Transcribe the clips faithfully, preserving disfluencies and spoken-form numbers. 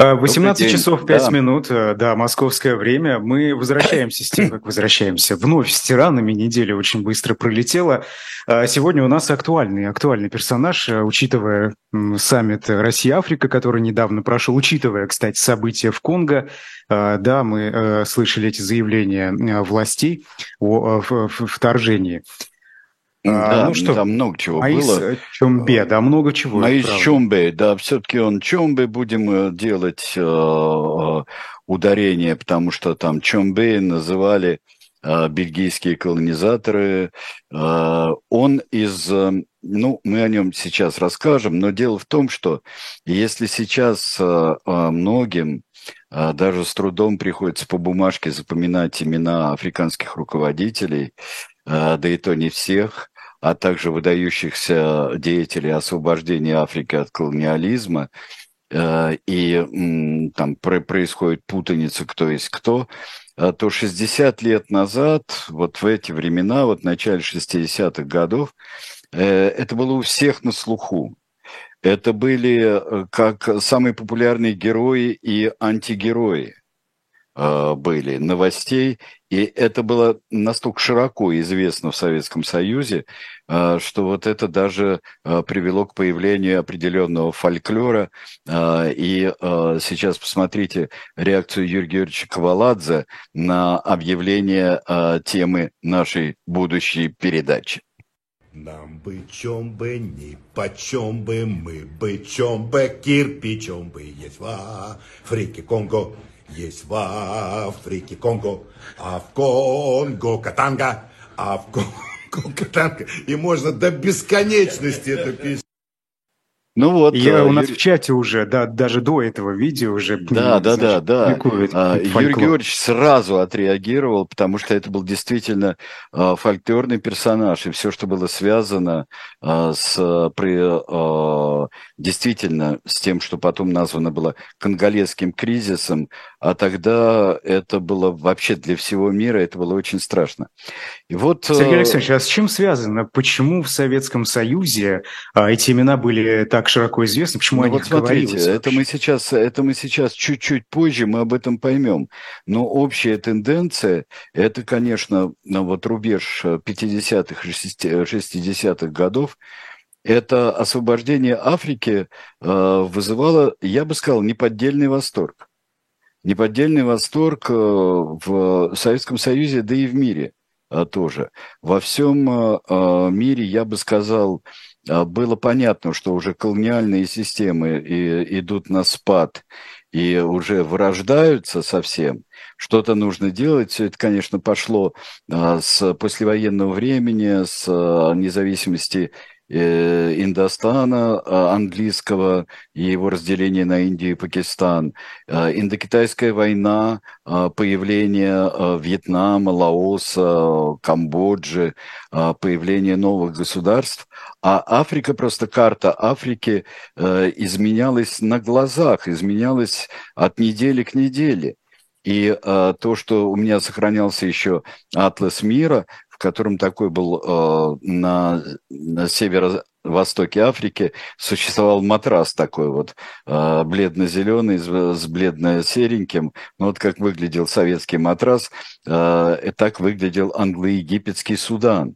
Добрый восемнадцать день. часов пять Да, минут, э, да, московское время. Мы возвращаемся с тем, как возвращаемся. Вновь с тиранами. Неделя очень быстро пролетела. А Сегодня у нас актуальный, актуальный персонаж, э, учитывая м, саммит Россия-Африка, который недавно прошел, учитывая, кстати, события в Конго. А, Да, мы э, слышали эти заявления э, властей о э, в- в- вторжении. А, да, Ну что, там много чего Маис было. э, Э, Чомбе, да, много чего, это Моис правда. Чомбе, да, все-таки он Чомбе, будем э, делать э, э, ударение, потому что там Чомбе называли э, бельгийские колонизаторы. Э, он из, э, ну, мы о нем сейчас расскажем, но дело в том, что если сейчас э, э, многим э, даже с трудом приходится по бумажке запоминать имена африканских руководителей, э, да и то не всех, а также выдающихся деятелей освобождения Африки от колониализма, э, и м, там про- происходит путаница, кто есть кто, э, то шестьдесят лет назад, вот в эти времена, вот в начале шестидесятых годов, э, это было у всех на слуху. Это были э, как самые популярные герои и антигерои э, были новостей, и это было настолько широко известно в Советском Союзе, э, что вот это даже э, привело к появлению определенного фольклора. Э, И э, сейчас посмотрите реакцию Юрия Георгиевича Каваладзе на объявление э, темы нашей будущей передачи. Нам бы чем бы, ни почем бы, мы бы чем бы, кирпичом бы. Есть в Африке Конго, есть в Африке Конго, а в Конго Катанга, а в Конго Катанга. И можно до бесконечности эту песню. Ну вот, Я, э, у нас в Юрий, чате уже, да, даже до этого видео уже, да, м, да, да, значит, да. публикуют А, Юрий фольклор. Георгиевич сразу отреагировал, потому что это был действительно а, фольклорный персонаж, и все, что было связано а, с а, при, а, действительно с тем, что потом названо было конголезским кризисом, а тогда это было вообще для всего мира, это было очень страшно. И вот Сергей э, Александрович, а с чем связано? Почему в Советском Союзе а, эти имена были так широко известны? Почему о Ну вот них смотрите, говорилось это мы вообще? сейчас, это мы сейчас чуть-чуть позже мы об этом поймем. Но общая тенденция, это, конечно, ну, вот рубеж пятидесятых и шестидесятых годов, это освобождение Африки э, вызывало, я бы сказал, неподдельный восторг. Неподдельный восторг э, в Советском Союзе, да и в мире э, тоже. Во всем э, э, мире, я бы сказал, э, было понятно, что уже колониальные системы и, идут на спад и уже вырождаются совсем. Что-то нужно делать. Все это, конечно, пошло э, с послевоенного времени, с э, независимости э, Индостана э, английского и его разделения на Индию и Пакистан. Э, Индокитайская война, э, появление э, Вьетнама, Лаоса, э, Камбоджи, э, появление новых государств, а Африка, просто карта Африки э, изменялась на глазах, изменялась от недели к неделе. И э, то, что у меня сохранялся еще атлас мира, в котором такой был э, на, на северо-востоке Африки, существовал матрас такой вот, э, бледно-зеленый с, с бледно-сереньким. Ну, вот как выглядел советский матрас, э, и так выглядел англо-египетский Судан.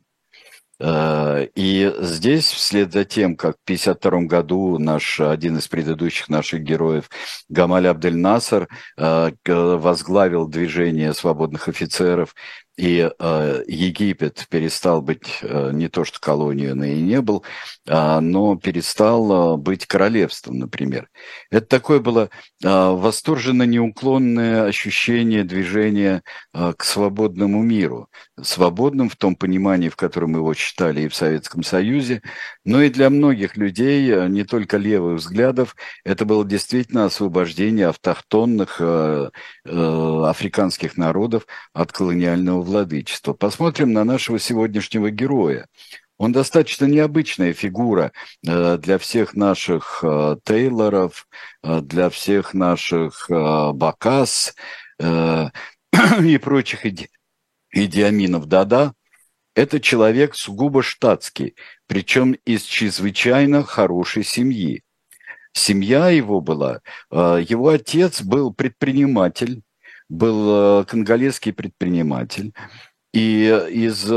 Э, И здесь, вслед за тем, как в тысяча девятьсот пятьдесят втором году наш, один из предыдущих наших героев, Гамаль Абдель-Насер, э, к- возглавил движение свободных офицеров, и э, Египет перестал быть э, не то что колонией, он и не был, а, но перестал э, быть королевством, например. Это такое было э, восторженно неуклонное ощущение движения э, к свободному миру. Свободным в том понимании, в котором его считали и в Советском Союзе, но и для многих людей, э, не только левых взглядов, это было действительно освобождение автохтонных э, э, африканских народов от колониального владычества. Посмотрим на нашего сегодняшнего героя. Он достаточно необычная фигура э, для всех наших э, Тейлоров, э, для всех наших э, Бакас э, и прочих иде- Идиаминов Дада. Это человек сугубо штатский, причем из чрезвычайно хорошей семьи. Семья его была, его отец был предприниматель, был конголезский предприниматель, и из,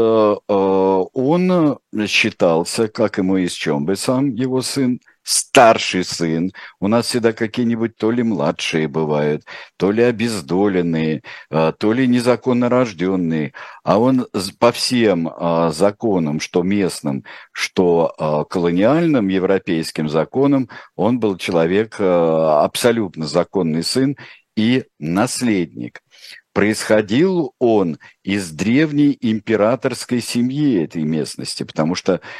он считался, как и Моис Чомбе, сам его сын, старший сын. У нас всегда какие-нибудь то ли младшие бывают, то ли обездоленные, то ли незаконно рожденные. А он по всем законам, что местным, что колониальным европейским законам, он был человек абсолютно законный сын и наследник. Происходил он из древней императорской семьи этой местности, потому что э,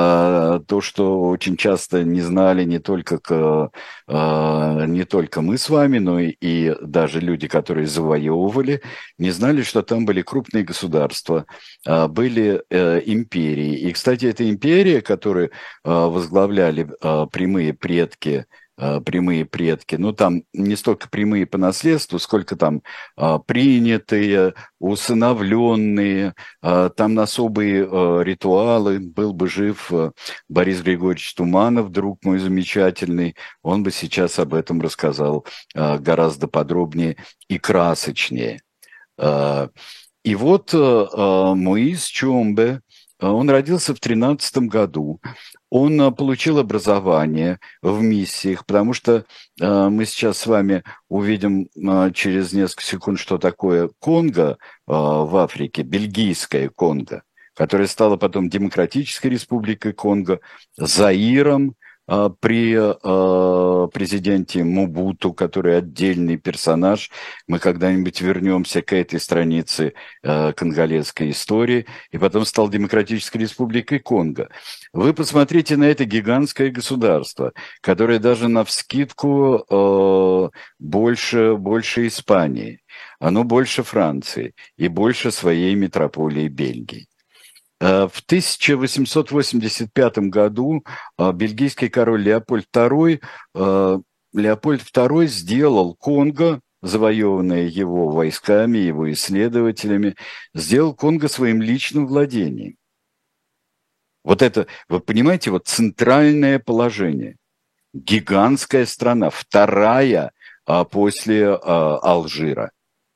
то, что очень часто не знали не только, к, э, не только мы с вами, но и, и даже люди, которые завоевывали, не знали, что там были крупные государства, э, были э, империи. И, кстати, эта империя, которую э, возглавляли э, прямые предки, прямые предки, ну там не столько прямые по наследству, сколько там а, принятые, усыновленные, а, там особые а, ритуалы. Был бы жив а, Борис Григорьевич Туманов, друг мой замечательный, он бы сейчас об этом рассказал а, гораздо подробнее и красочнее. А, и вот а, Моис Чомбе, он родился в тринадцатом году. Он получил образование в миссиях, потому что э, мы сейчас с вами увидим э, через несколько секунд, что такое Конго э, в Африке, бельгийская Конго, которая стала потом Демократической Республикой Конго, Заиром э, при э, президенте Мобуту, который отдельный персонаж. Мы когда-нибудь вернемся к этой странице э, конголезской истории, и потом стал Демократической Республикой Конго. Вы посмотрите на это гигантское государство, которое даже навскидку э, больше, больше Испании, оно больше Франции и больше своей метрополии Бельгии. Э, в тысяча восемьсот восемьдесят пятом году э, бельгийский король Леопольд второй, э, Леопольд второй сделал Конго, завоеванное его войсками, его исследователями, сделал Конго своим личным владением. Вот это, вы понимаете, вот центральное положение. Гигантская страна, вторая а, после а, Алжира.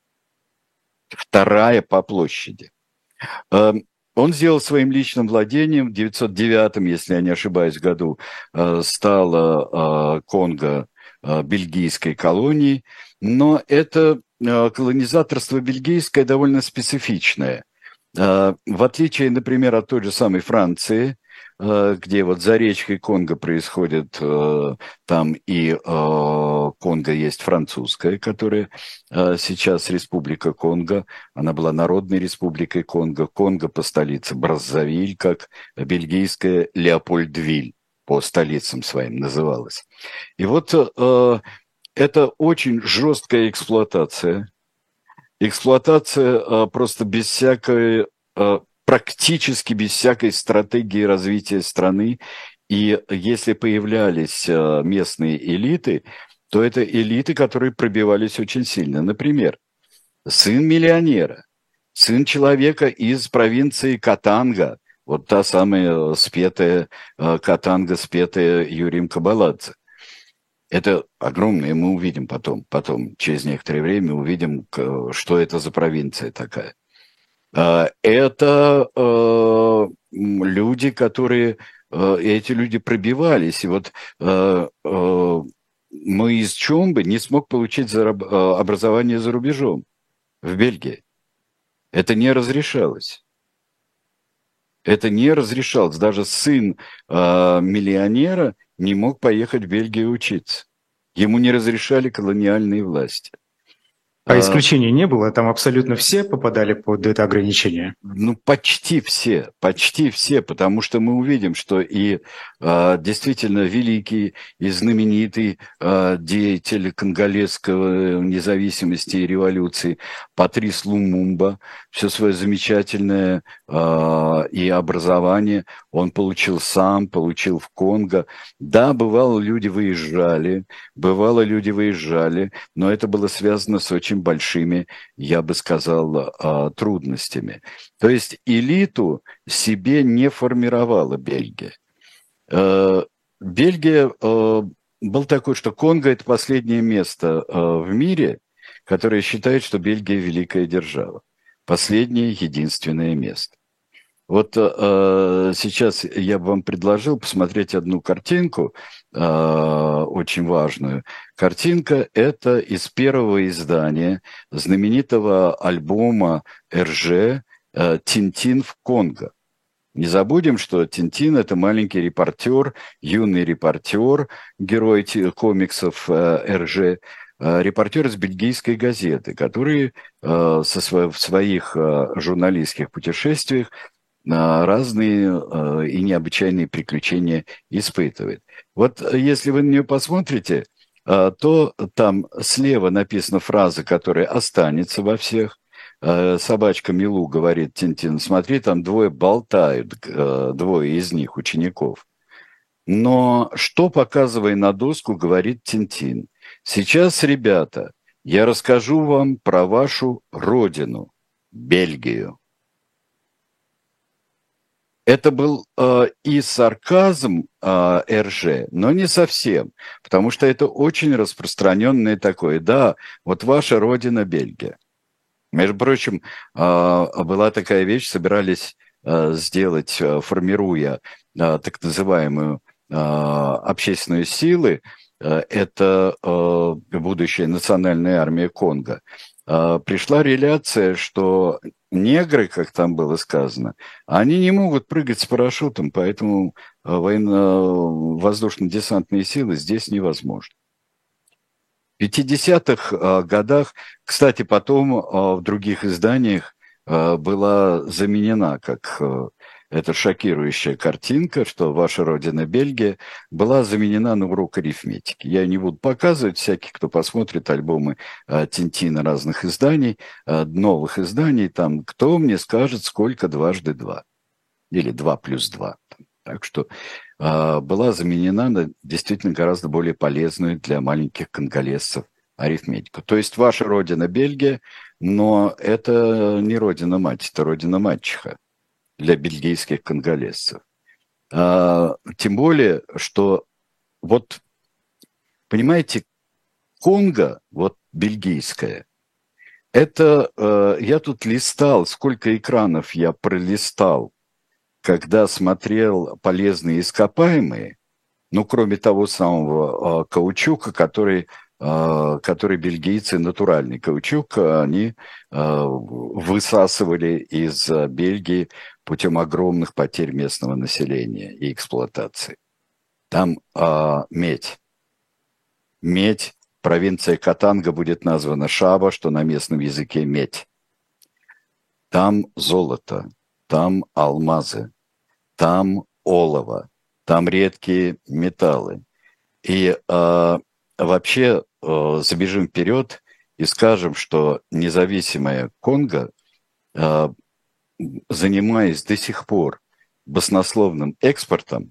Вторая по площади. А, он сделал своим личным владением. В девятьсот девятом, если я не ошибаюсь, году а, стала а, Конго а, бельгийской колонией. Но это а, колонизаторство бельгийское довольно специфичное. В отличие, например, от той же самой Франции, где вот за речкой Конго происходит, там и Конго есть французская, которая сейчас Республика Конго, она была Народной Республикой Конго, Конго по столице Браззавиль, как бельгийская Леопольдвиль по столицам своим называлась. И вот это очень жесткая эксплуатация. Эксплуатация а, просто без всякой, а, практически без всякой стратегии развития страны. И если появлялись а, местные элиты, то это элиты, которые пробивались очень сильно. Например, сын миллионера, сын человека из провинции Катанга, вот та самая спетая а, Катанга, спетая Юрием Кабаладзе. Это огромное, мы увидим потом, потом, через некоторое время увидим, что это за провинция такая. Это люди, которые, эти люди пробивались. И вот Моис Чомбе не смог получить образование за рубежом, в Бельгии. Это не разрешалось. Это не разрешалось. Даже сын миллионера не мог поехать в Бельгию учиться. Ему не разрешали колониальные власти. А исключений не было? Там абсолютно все попадали под это ограничение? Ну, почти все, почти все, потому что мы увидим, что и а, действительно великий и знаменитый а, деятель конголезского независимости и революции Патрис Лумумба, все свое замечательное а, и образование он получил сам, получил в Конго. Да, бывало, люди выезжали, бывало, люди выезжали, но это было связано с очень большими, я бы сказал, трудностями. То есть элиту себе не формировала Бельгия. Бельгия был такой, что Конго – это последнее место э, в мире, которое считает, что Бельгия – великая держава. Последнее, единственное место. Вот э, сейчас я бы вам предложил посмотреть одну картинку, э, очень важную. Картинка – это из первого издания знаменитого альбома Эрже э, «Тинтин в Конго». Не забудем, что Тинтин – это маленький репортер, юный репортер, герой комиксов Эрже, репортер из бельгийской газеты, который со сво- в своих журналистских путешествиях разные и необычайные приключения испытывает. Вот если вы на нее посмотрите, то там слева написана фраза, которая останется во всех. Собачка Милу говорит Тинтин, смотри, там двое болтают, двое из них, учеников. Но что, показывая на доску, говорит Тинтин? Сейчас, ребята, я расскажу вам про вашу родину, Бельгию. Это был э, и сарказм э, Эрже, но не совсем, потому что это очень распространенное такое. Да, вот ваша родина Бельгия. Между прочим, была такая вещь, собирались сделать, формируя так называемую общественную силу, это будущая национальная армия Конго. Пришла реляция, что негры, как там было сказано, они не могут прыгать с парашютом, поэтому военно-воздушно-десантные силы здесь невозможно. В пятидесятых годах, кстати, потом в других изданиях была заменена, как эта шокирующая картинка, что ваша родина Бельгия, была заменена на урок арифметики. Я не буду показывать, всякий, кто посмотрит альбомы Тинтина разных изданий, новых изданий, там, кто мне скажет, сколько дважды два, или два плюс два. Так что э, была заменена на действительно гораздо более полезную для маленьких конголезцев арифметику. То есть ваша родина Бельгия, но это не родина-мать, это родина-мачеха для бельгийских конголезцев. А, тем более, что вот, понимаете, Конго, вот бельгийская, это э, я тут листал, сколько экранов я пролистал, когда смотрел полезные ископаемые, ну, кроме того самого э, каучука, который, э, который бельгийцы, натуральный каучук, они э, высасывали из Бельгии путем огромных потерь местного населения и эксплуатации. Там э, медь. Медь, провинция Катанга будет названа Шаба, что на местном языке медь. Там золото, там алмазы, там олово, там редкие металлы. И э, вообще э, забежим вперед и скажем, что независимая Конго, э, занимаясь до сих пор баснословным экспортом,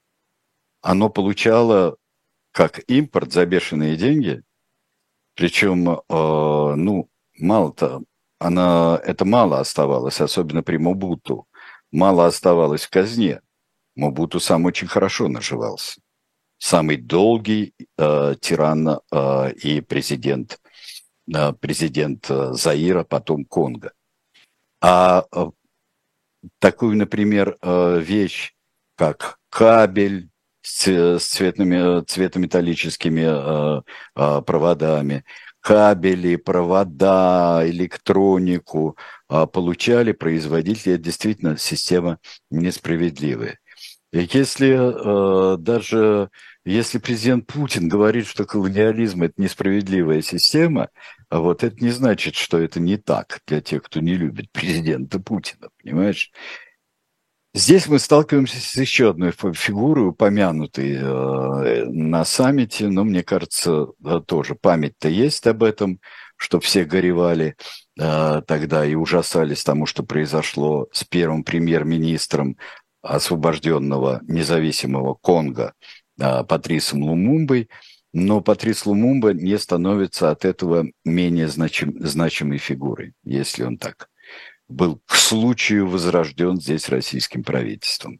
оно получало как импорт за бешеные деньги, причем, э, ну, мало-то, она, это мало оставалось, особенно при Мобуту, мало оставалось в казне. Мобуту сам очень хорошо наживался. Самый долгий э, тиран э, и президент, э, президент э, Заира, потом Конго. А э, такую, например, э, вещь, как кабель с, с цветными, цветометаллическими э, э, проводами, кабели, провода, электронику а, получали производители. Это действительно система несправедливая. И если э, даже если президент Путин говорит, что колониализм – это несправедливая система, а вот это не значит, что это не так для тех, кто не любит президента Путина, понимаешь? Здесь мы сталкиваемся с еще одной фигурой, упомянутой э, на саммите, но, мне кажется, тоже память-то есть об этом, что все горевали э, тогда и ужасались тому, что произошло с первым премьер-министром освобожденного независимого Конго э, Патрисом Лумумбой, но Патрис Лумумба не становится от этого менее значим, значимой фигурой, если он так был к случаю возрожден здесь российским правительством.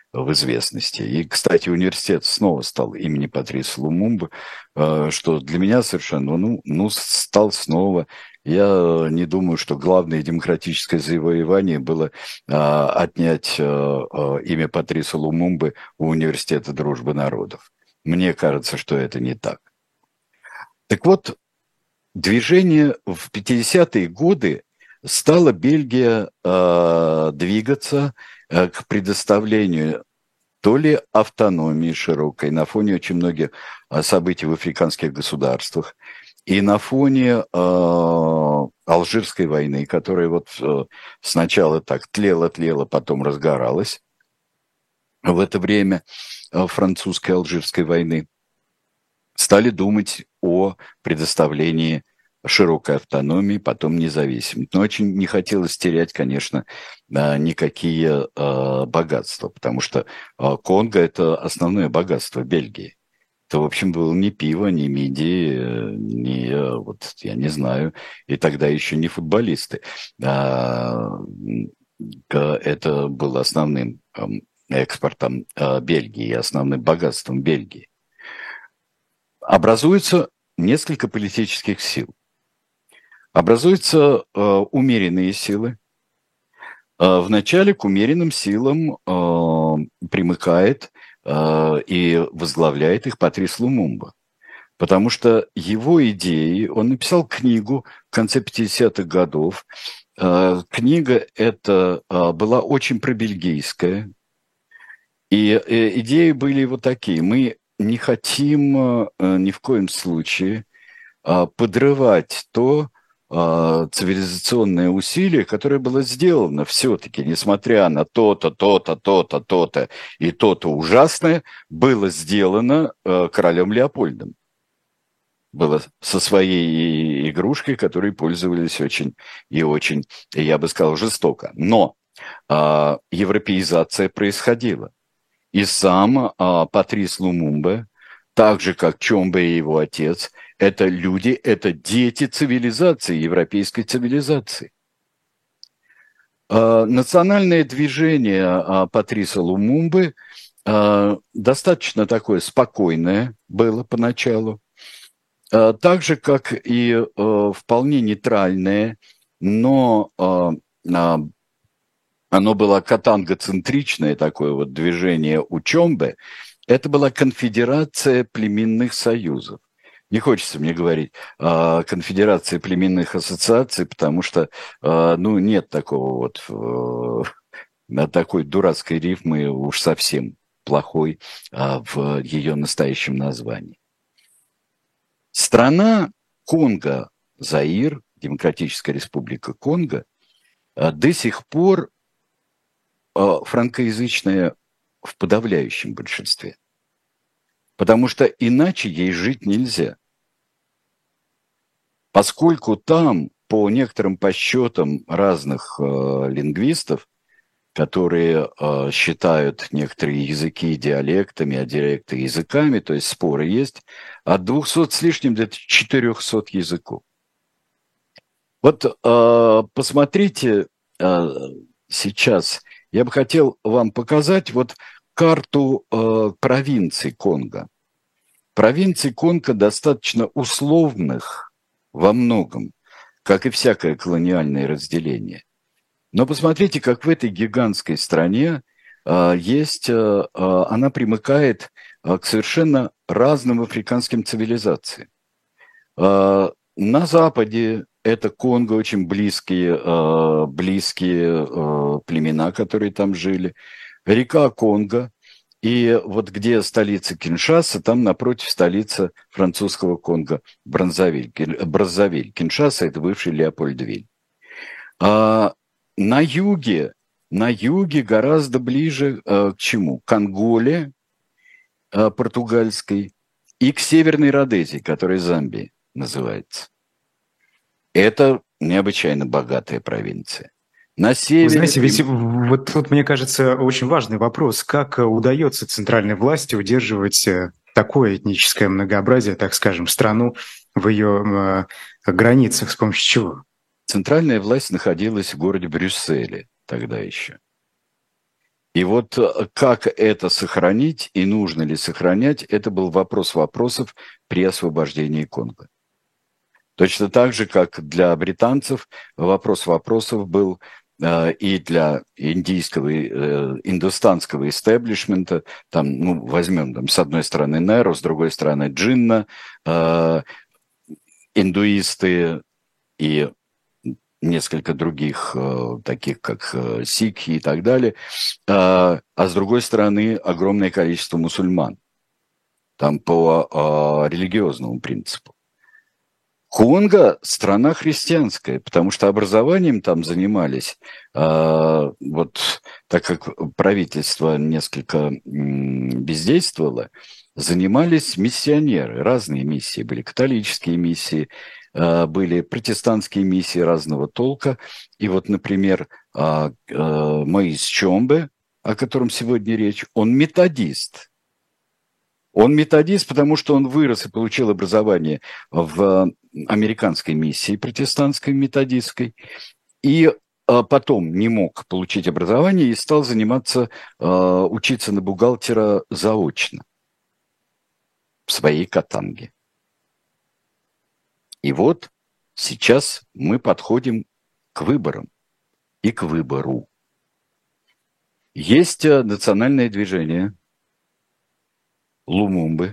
в известности. И, кстати, университет снова стал имени Патриса Лумумбы, что для меня совершенно, ну, ну, стал снова. Я не думаю, что главное демократическое завоевание было отнять имя Патриса Лумумбы у Университета дружбы народов. Мне кажется, что это не так. Так вот, движение в пятидесятые годы стала Бельгия э, двигаться э, к предоставлению то ли автономии широкой на фоне очень многих э, событий в африканских государствах, и на фоне э, Алжирской войны, которая вот э, сначала так тлела-тлела, потом разгоралась в это время э, французской Алжирской войны, стали думать о предоставлении широкой автономии, потом независимости. Но очень не хотелось терять, конечно, никакие богатства, потому что Конго – это основное богатство Бельгии. Это, в общем, было не пиво, не мидии, не, вот, я не знаю, и тогда еще не футболисты. Это было основным экспортом Бельгии и основным богатством Бельгии. Образуется несколько политических сил. Образуются э, умеренные силы. Э, вначале к умеренным силам э, примыкает э, и возглавляет их Патрис Лумумба. Потому что его идеи, он написал книгу в конце пятидесятых годов. Э, книга эта э, была очень пробельгийская. И э, идеи были вот такие. Мы не хотим э, ни в коем случае э, подрывать то, цивилизационное усилие, которое было сделано все-таки, несмотря на то-то, то-то, то-то, то-то и то-то ужасное, было сделано э, королем Леопольдом. Было со своей игрушкой, которой пользовались очень и очень, я бы сказал, жестоко. Но э, европеизация происходила. И сам э, Патрис Лумумба, так же, как Чомбе и его отец, это люди, это дети цивилизации, европейской цивилизации. Э, национальное движение э, Патриса Лумумбы э, достаточно такое спокойное было поначалу, э, так же, как и э, вполне нейтральное, но э, э, оно было катангоцентричное такое вот движение у Чомбе. Это была конфедерация племенных союзов. Не хочется мне говорить э, конфедерации племенных ассоциаций, потому что э, ну, нет такого вот э, такой дурацкой рифмы, уж совсем плохой э, в ее настоящем названии. Страна Конго, Заир, Демократическая Республика Конго, э, до сих пор э, франкоязычная в подавляющем большинстве. Потому что иначе ей жить нельзя. Поскольку там, по некоторым подсчетам разных э, лингвистов, которые э, считают некоторые языки диалектами, а диалекты языками, то есть споры есть, от двухсот с лишним до четырехсот языков. Вот э, посмотрите э, сейчас, я бы хотел вам показать вот карту э, провинций Конго. Провинций Конго достаточно условных во многом, как и всякое колониальное разделение. Но посмотрите, как в этой гигантской стране э, есть, э, она примыкает э, к совершенно разным африканским цивилизациям. Э, на западе это Конго, очень близкие, э, близкие э, племена, которые там жили. Река Конго, и вот где столица Киншаса, там напротив столица французского Конго, Браззавиль. Браззавиль. Киншаса – это бывший Леопольдвиль. А на юге, на юге гораздо ближе э, к чему? К Анголе э, португальской и к Северной Родезии, которая Замбия называется. Это необычайно богатая провинция. На севере... Вы знаете, ведь вот тут, мне кажется, очень важный вопрос. Как удается центральной власти удерживать такое этническое многообразие, так скажем, страну в ее э, границах, с помощью чего? Центральная власть находилась в городе Брюсселе тогда еще. И вот как это сохранить и нужно ли сохранять, это был вопрос вопросов при освобождении Конго. Точно так же, как для британцев вопрос вопросов был э, и для индийского, э, индустанского истеблишмента, там, ну, возьмем там, с одной стороны Неру, с другой стороны Джинна, э, индуисты и несколько других, э, таких как э, сикхи и так далее, э, а с другой стороны огромное количество мусульман, там по э, религиозному принципу. Конго – страна христианская, потому что образованием там занимались, э, вот так как правительство несколько м, бездействовало, занимались миссионеры, разные миссии, были католические миссии, э, были протестантские миссии разного толка. И вот, например, э, э, Моис Чомбе, о котором сегодня речь, он методист. Он методист, потому что он вырос и получил образование в американской миссии протестантской методистской, и а, потом не мог получить образование и стал заниматься, а, учиться на бухгалтера заочно в своей Катанге. И вот сейчас мы подходим к выборам и к выбору. Есть национальное движение Лумумбы,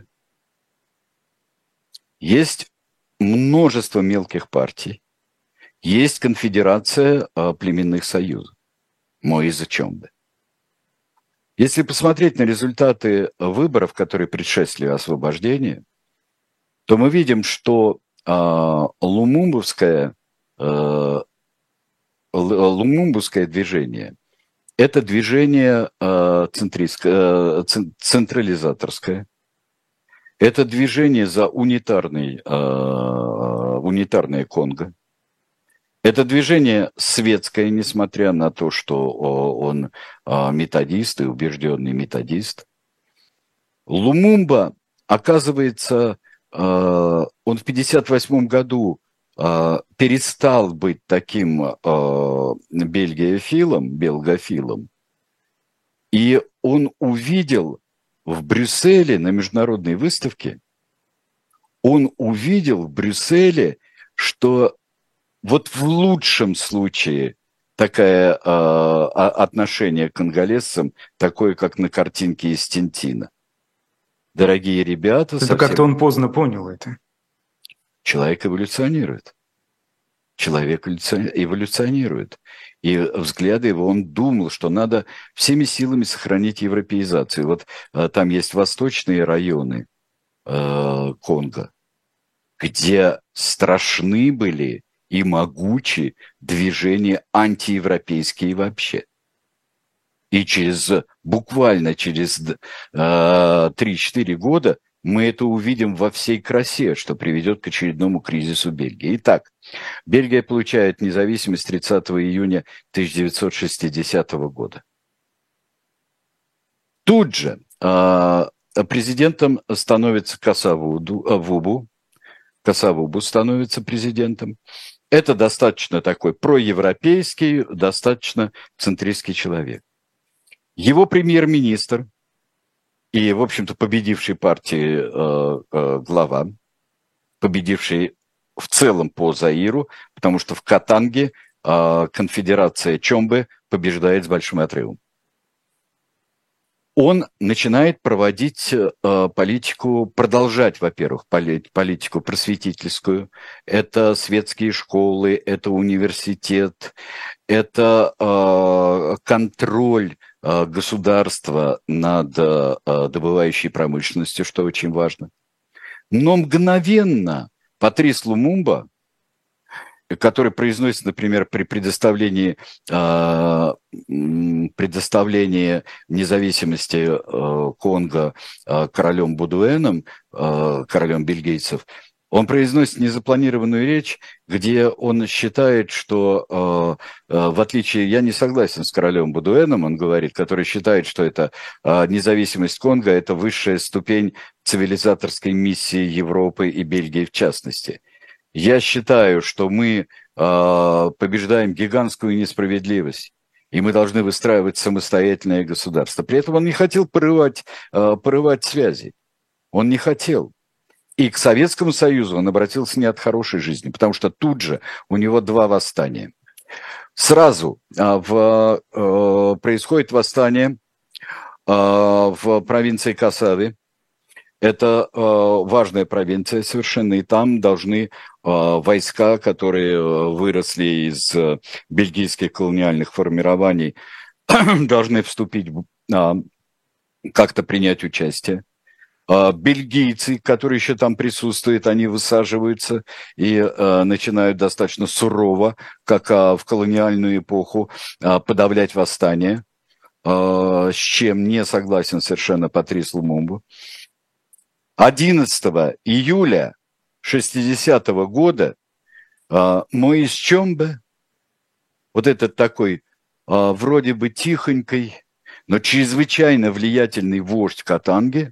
есть множество мелких партий, есть конфедерация а, племенных союзов, Моиза Чомбе. Если посмотреть на результаты выборов, которые предшествовали освобождению, то мы видим, что а, лумумбовское, а, лумумбовское движение – это движение а, центристское, централизаторское. Это движение за унитарный, э, унитарное Конго. Это движение светское, несмотря на то, что он э, методист и убежденный методист. Лумумба, оказывается, э, он в пятьдесят восьмом году э, перестал быть таким э, бельгиофилом, белгофилом, и он увидел в Брюсселе на международной выставке, он увидел в Брюсселе, что вот в лучшем случае такое э, отношение к конголезцам, такое, как на картинке из Тинтина. Дорогие ребята... Это совсем... как-то он поздно понял это. Человек эволюционирует. Человек эволюционирует. И взгляды его, он думал, что надо всеми силами сохранить европеизацию. Вот а, там есть восточные районы э, Конго, где страшны были и могучи движения антиевропейские вообще. И через, буквально через э, три-четыре года мы это увидим во всей красе, что приведет к очередному кризису Бельгии. Итак, Бельгия получает независимость тридцатого июня тысяча девятьсот шестидесятого года. Тут же э, президентом становится Касавубу, Касавубу становится президентом. Это достаточно такой проевропейский, достаточно центристский человек. Его премьер-министр и, в общем-то, победивший партии э, э, глава, победивший в целом по Заиру, потому что в Катанге э, конфедерация Чомбе побеждает с большим отрывом. Он начинает проводить э, политику, продолжать, во-первых, политику просветительскую. Это светские школы, это университет, это э, контроль э, государства над э, добывающей промышленностью, что очень важно. Но мгновенно Патрис Лумумба, который произносится, например, при предоставлении, э, предоставлении независимости э, Конго э, королем Бодуэном, э, королем бельгийцев, он произносит незапланированную речь, где он считает, что, э, э, в отличие, я не согласен с королем Бодуэном, он говорит, который считает, что это э, независимость Конго – это высшая ступень цивилизаторской миссии Европы и Бельгии в частности. Я считаю, что мы э, побеждаем гигантскую несправедливость. И мы должны выстраивать самостоятельное государство. При этом он не хотел порывать, порывать связи. Он не хотел. И к Советскому Союзу он обратился не от хорошей жизни, потому что тут же у него два восстания. Сразу в, происходит восстание в провинции Касави. Это важная провинция совершенно, и там должны войска, которые выросли из бельгийских колониальных формирований, должны вступить, как-то принять участие. Бельгийцы, которые еще там присутствуют, они высаживаются и э, начинают достаточно сурово, как э, в колониальную эпоху, э, подавлять восстание, э, с чем не согласен совершенно Патрис Лумумба. одиннадцатого июля шестидесятого года э, Моис Чомбе, вот этот такой э, вроде бы тихонький, но чрезвычайно влиятельный вождь Катанги,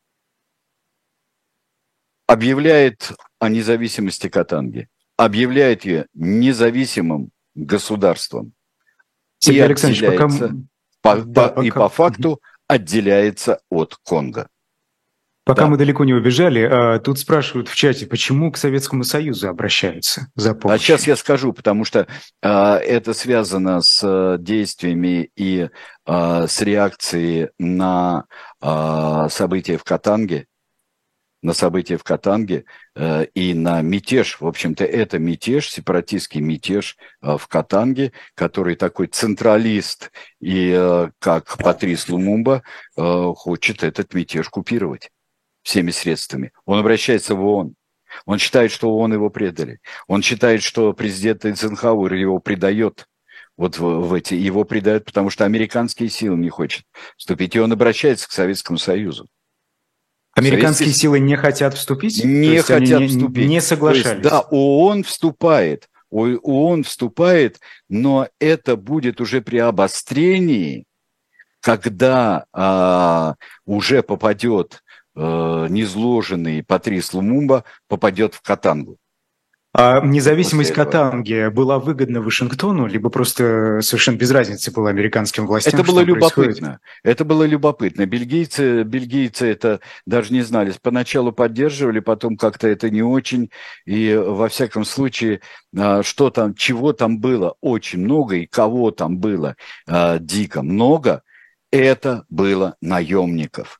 объявляет о независимости Катанги, объявляет ее независимым государством. Сергей и Александрович, пока... по, да, по, пока... и по факту отделяется от Конго. Пока да. мы далеко не убежали, тут спрашивают в чате, почему к Советскому Союзу обращаются за помощью. А сейчас я скажу, потому что а, это связано с действиями и а, с реакцией на а, события в Катанге, на события в Катанге э, и на мятеж. В общем-то, это мятеж, сепаратистский мятеж э, в Катанге, который такой централист и, э, как Патрис Лумумба, э, хочет этот мятеж купировать всеми средствами. Он обращается в ООН. Он считает, что ООН его предали. Он считает, что президент Эйзенхауэр его предает. Вот в, в эти, его предают, потому что американские силы не хотят вступить. И он обращается к Советскому Союзу. Американские Советские... силы не хотят вступить? Не хотят они вступить. Не соглашались? То есть, да, ООН вступает, ООН вступает, но это будет уже при обострении, когда а, уже попадет а, низложенный Патрис Лумумба, попадет в Катангу. А независимость Катанги была выгодна Вашингтону, либо просто совершенно без разницы было американским властям? Это было любопытно. Происходит? Это было любопытно. Бельгийцы, бельгийцы это даже не знали. Поначалу поддерживали, потом как-то это не очень. И во всяком случае, что там, чего там было очень много и кого там было дико много, это было наемников.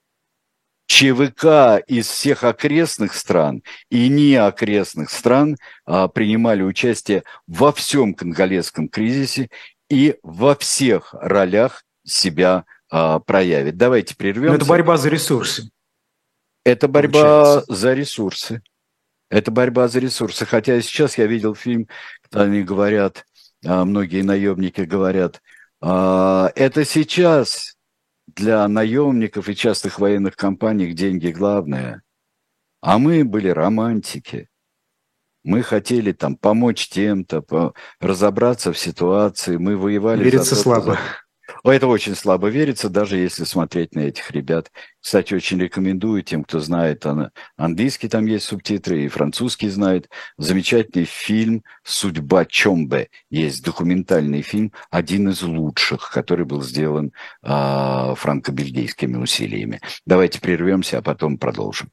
ЧВК из всех окрестных стран и неокрестных стран а, принимали участие во всем конголезском кризисе и во всех ролях себя а, проявить. Давайте прервемся. Но это борьба за ресурсы. Это борьба получается. за ресурсы. Это борьба за ресурсы. Хотя сейчас я видел фильм, когда они говорят, а, многие наемники говорят, а, это сейчас... Для наемников и частных военных компаний деньги главное. А мы были романтики. Мы хотели там помочь тем-то, по... разобраться в ситуации. Мы воевали... Верится за слабо. За... Это очень слабо верится, даже если смотреть на этих ребят. Кстати, очень рекомендую тем, кто знает английский, там есть субтитры, и французский знает. Замечательный фильм «Судьба Чомбе». Есть документальный фильм, один из лучших, который был сделан э, франко-бельгийскими усилиями. Давайте прервемся, а потом продолжим.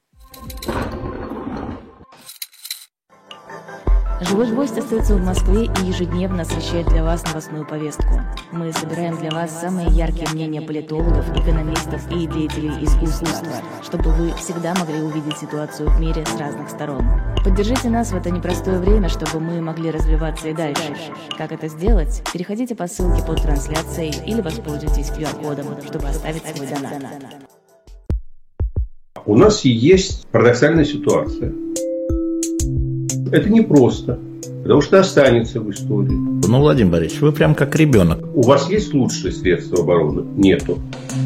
Живой гвоздь остается в Москве и ежедневно освещает для вас новостную повестку. Мы собираем для вас самые яркие мнения политологов, экономистов и деятелей искусства, чтобы вы всегда могли увидеть ситуацию в мире с разных сторон. Поддержите нас в это непростое время, чтобы мы могли развиваться и дальше. Как это сделать? Переходите по ссылке под трансляцией или воспользуйтесь ку ар-кодом, чтобы оставить свой донат. У нас есть парадоксальная ситуация. Это непросто, потому что останется в истории. Ну, Владимир Борисович, вы прям как ребенок. У вас есть лучшие средства обороны? Нету.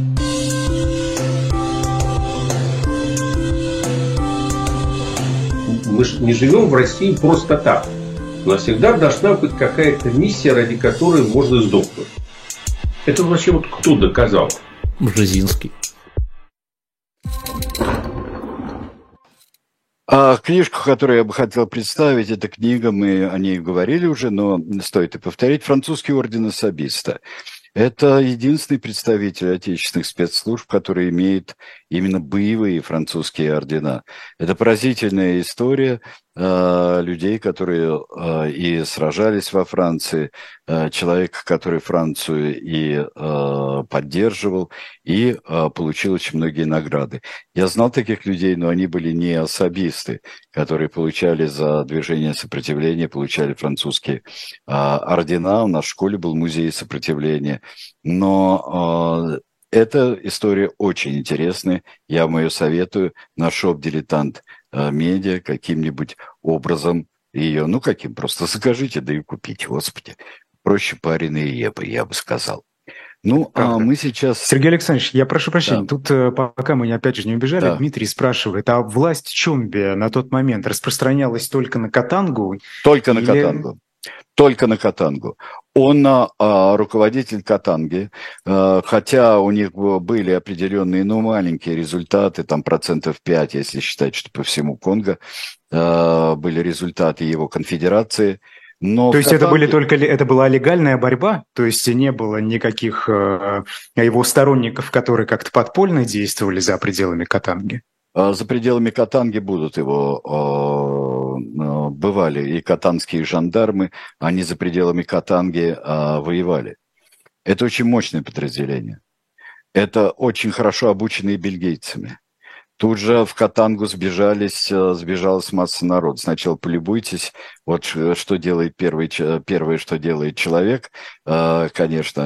Мы же не живем в России просто так. У нас всегда должна быть какая-то миссия, ради которой можно сдохнуть. Это вообще вот кто доказал? Бжезинский. А книжку, которую я бы хотел представить, это книга, мы о ней говорили уже, но стоит и повторить, «Французский орден особиста». Это единственный представитель отечественных спецслужб, который имеет именно боевые французские ордена. Это поразительная история э, людей, которые э, и сражались во Франции, э, человек, который Францию и э, поддерживал, и э, получил очень многие награды. Я знал таких людей, но они были не особисты, которые получали за движение сопротивления, получали французские э, ордена. У нас в школе был музей сопротивления. Но э, эта история очень интересная. Я вам ее советую на шоп «Дилетант э, Медиа» каким-нибудь образом ее, ну каким, просто закажите, да и купите, господи. Проще пареные репы, я бы сказал. Ну, а мы сейчас... Сергей Александрович, я прошу прощения, да. тут, пока мы опять же не убежали, да. Дмитрий спрашивает, а власть Чомби на тот момент распространялась только на Катангу? Только или... на Катангу. Только на Катангу. Он а, руководитель Катанги, а, хотя у них были определенные, ну, маленькие результаты, там процентов пять, если считать, что по всему Конго а, были результаты его конфедерации. Но то есть Катанге... это были только это была легальная борьба, то есть не было никаких э, его сторонников, которые как-то подпольно действовали за пределами Катанги? За пределами Катанги будут его, бывали и катанские жандармы, они за пределами Катанги воевали. Это очень мощное подразделение. Это очень хорошо обученные бельгийцами. Тут же в Катангу сбежались, сбежалась масса народа. Сначала полюбуйтесь, вот что делает первый, первое, что делает человек, конечно,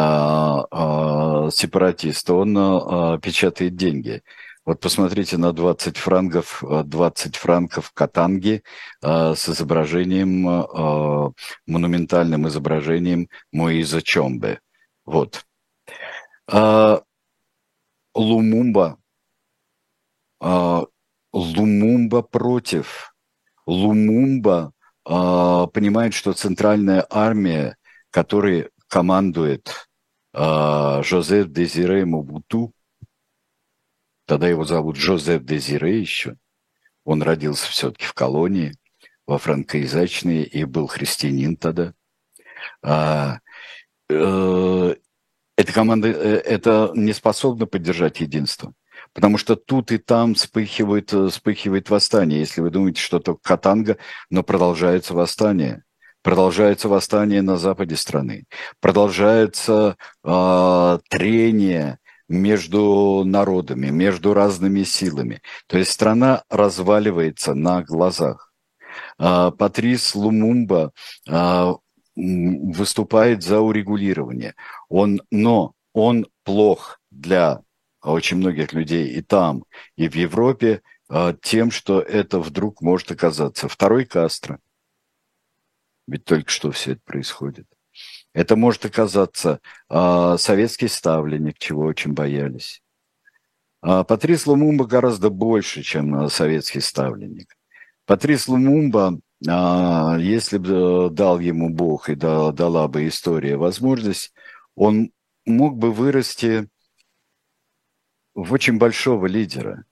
сепаратист, он печатает деньги. Вот посмотрите на двадцать франков, двадцать франков Катанги э, с изображением, э, монументальным изображением Моиза Чомбе. Вот. Э, Лумумба. Э, Лумумба против. Лумумба э, понимает, что Центральная армия, которой командует э, Жозеф Дезире Мобуту, тогда его зовут Жозеф Дезире еще. Он родился все-таки в колонии, во франкоязычной, и был христианин тогда. А, э, эта команда это не способна поддержать единство. Потому что тут и там вспыхивает, вспыхивает восстание. Если вы думаете, что только Катанга, но продолжается восстание. Продолжается восстание на западе страны. Продолжается э, трение между народами, между разными силами. То есть страна разваливается на глазах. Патрис Лумумба выступает за урегулирование. Он, но он плох для очень многих людей и там, и в Европе тем, что это вдруг может оказаться второй Кастро. Ведь только что все это происходит. Это может оказаться э, советский ставленник, чего очень боялись. А Патрис Лумумба гораздо больше, чем советский ставленник. Патрис Лумумба, э, если бы дал ему Бог и дал, дала бы история возможность, он мог бы вырасти в очень большого лидера.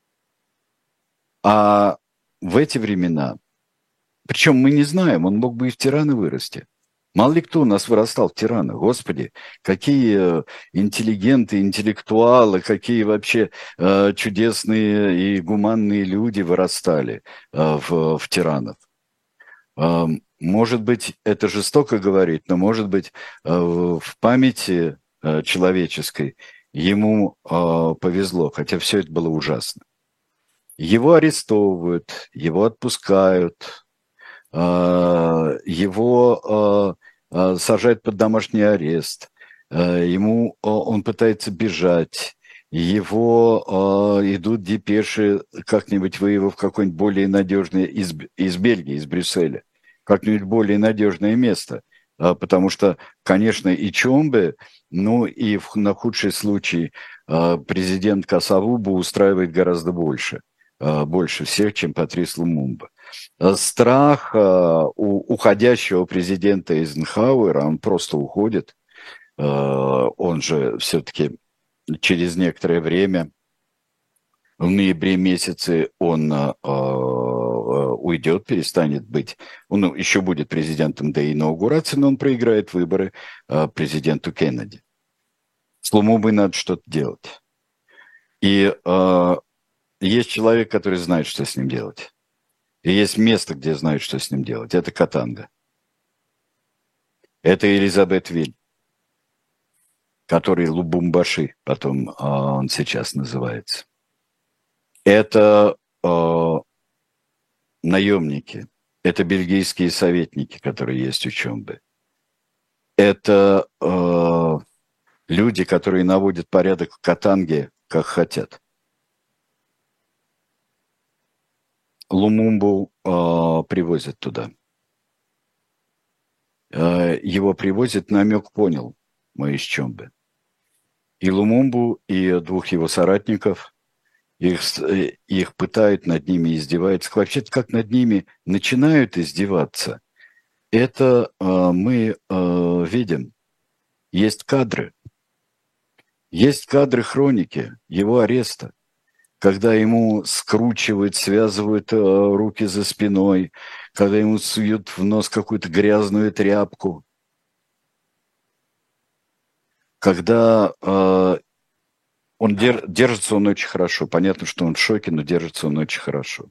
А в эти времена, причем мы не знаем, он мог бы и в тираны вырасти. Мало ли кто у нас вырастал в тиранах, господи, какие интеллигенты, интеллектуалы, какие вообще э, чудесные и гуманные люди вырастали э, в, в тиранах. Э, может быть, это жестоко говорить, но может быть э, в памяти э, человеческой ему э, повезло, хотя все это было ужасно. Его арестовывают, его отпускают, э, его... Э, сажают под домашний арест, ему, он пытается бежать, его идут депеши как-нибудь выявив какое-нибудь более надежное из, из Бельгии, из Брюсселя, как-нибудь более надежное место, потому что, конечно, и Чомбе, ну и в, на худший случай президент Касавубу устраивает гораздо больше, больше всех, чем Патрис Лумумба. Страх uh, у уходящего президента Эйзенхауэра, он просто уходит, uh, он же все-таки через некоторое время В ноябре месяце он э, уйдет, перестанет быть, он ну, еще будет президентом до инаугурации, но он проиграет выборы э, президенту Кеннеди. С Лумумбой надо что-то делать. И э, есть человек, который знает, что с ним делать. И есть место, где знают, что с ним делать. Это Катанга. Это Элизабет Виль, который Лубумбаши, потом э, он сейчас называется. Это э, наемники, это бельгийские советники, которые есть у Чомбе. Это э, люди, которые наводят порядок в Катанге, как хотят. Лумумбу э, привозят туда. Э, его привозят, намек понял, мы из Чомбе. И Лумумбу, и двух его соратников, их, их пытают, над ними издеваются. Вообще-то, как над ними начинают издеваться, это э, мы э, видим. Есть кадры. Есть кадры хроники его ареста, когда ему скручивают, связывают э, руки за спиной, когда ему суют в нос какую-то грязную тряпку, когда э, он дер, держится он очень хорошо. Понятно, что он в шоке, но держится он очень хорошо.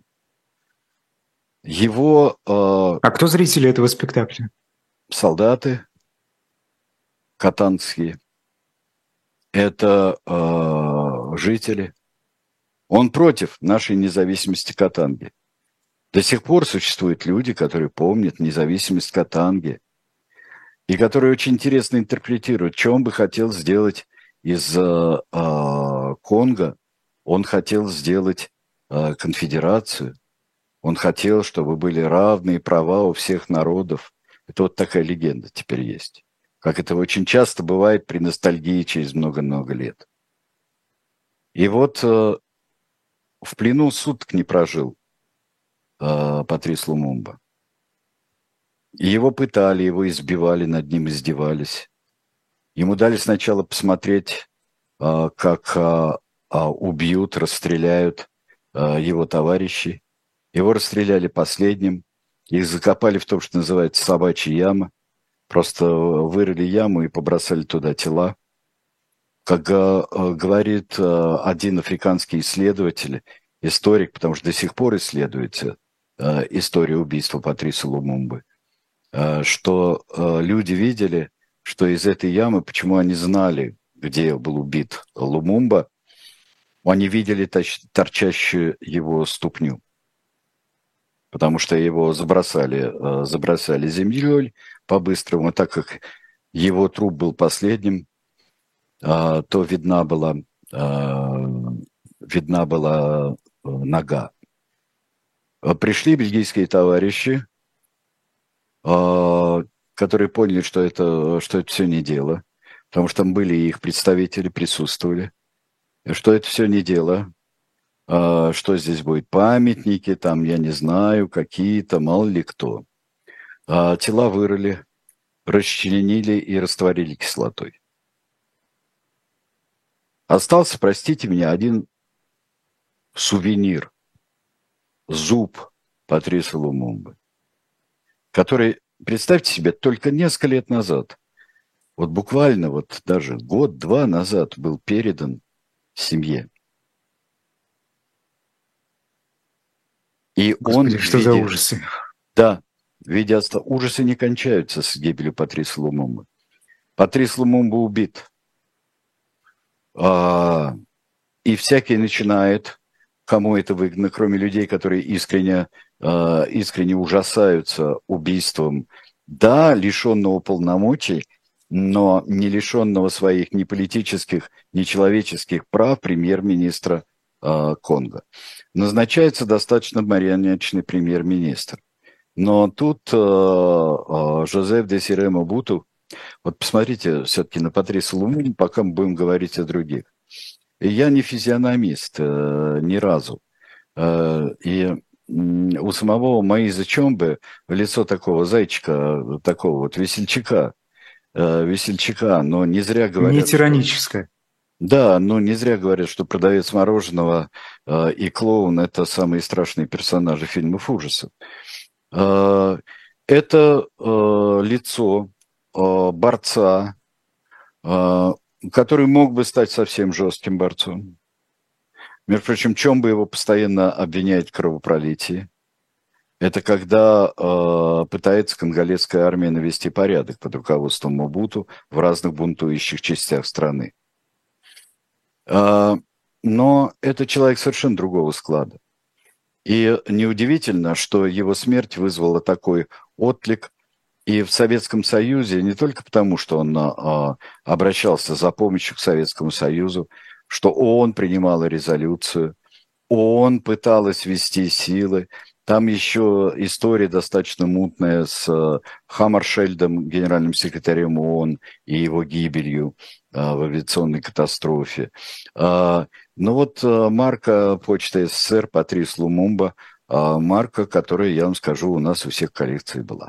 Его... Э, а кто зрители этого спектакля? Солдаты катанские. Это э, жители. Он против нашей независимости Катанги. До сих пор существуют люди, которые помнят независимость Катанги и которые очень интересно интерпретируют, что он бы хотел сделать из э, э, Конго. Он хотел сделать э, конфедерацию. Он хотел, чтобы были равные права у всех народов. Это вот такая легенда теперь есть. Как это очень часто бывает при ностальгии через много-много лет. И вот э, в плену суток не прожил э, Патрис Лумумба. И его пытали, его избивали, над ним издевались. Ему дали сначала посмотреть, э, как э, э, убьют, расстреляют э, его товарищей. Его расстреляли последним. Их закопали в том, что называется собачья яма. Просто вырыли яму и побросали туда тела. Как э, говорит э, один африканский исследователь, историк, потому что до сих пор исследуется э, история убийства Патриса Лумумбы, э, что э, люди видели, что из этой ямы, почему они знали, где был убит Лумумба, они видели точ- торчащую его ступню. Потому что его забросали, э, забросали землей по-быстрому, так как его труп был последним, э, то видна была, э, видна была нога. Пришли бельгийские товарищи, э, которые поняли, что это, что это все не дело, потому что там были и их представители, присутствовали, что это все не дело. Что здесь будет, памятники, там, я не знаю, какие-то, мало ли кто. Тела вырыли, расчленили и растворили кислотой. Остался, простите меня, один сувенир, зуб Патриса Лумумбы, который, представьте себе, только несколько лет назад, вот буквально вот даже год-два назад был передан семье. И Господи, он что виде, за ужасы? Да, видя, ужасы не кончаются с гибелью Патриса Лумумбы. Патрис Лумумба убит. А, и всякий начинает, кому это выгодно, кроме людей, которые искренне, а, искренне ужасаются убийством, да, лишенного полномочий, но не лишенного своих ни политических, ни человеческих прав премьер-министра Конго. Назначается достаточно марионеточный премьер-министр. Но тут э, э, Жозеф Десире Мобуту, вот посмотрите все-таки на Патриса Лумумбу, пока мы будем говорить о других. И я не физиономист э, ни разу. Э, и у самого Моиза Чомбе в лицо такого зайчика, такого вот весельчака, э, весельчака, но не зря говорят... Не тираническое. Да, но не зря говорят, что продавец мороженого э, и клоун – это самые страшные персонажи фильмов ужасов. Э, это э, лицо э, борца, э, который мог бы стать совсем жестким борцом. Между прочим, Чомбо его постоянно обвиняет в кровопролитии. Это когда э, пытается конголезская армия навести порядок под руководством Мобуту в разных бунтующих частях страны. Э, но это человек совершенно другого склада. И неудивительно, что его смерть вызвала такой отклик и в Советском Союзе, не только потому, что он э, обращался за помощью к Советскому Союзу, что ООН принимала резолюцию, ООН пыталась ввести силы. Там еще история достаточно мутная с Хаммаршельдом, генеральным секретарем ООН, и его гибелью э, в авиационной катастрофе. Э, но вот э, марка Почты СССР Патрис Лумумба, э, марка, которая, я вам скажу, у нас у всех в коллекции была.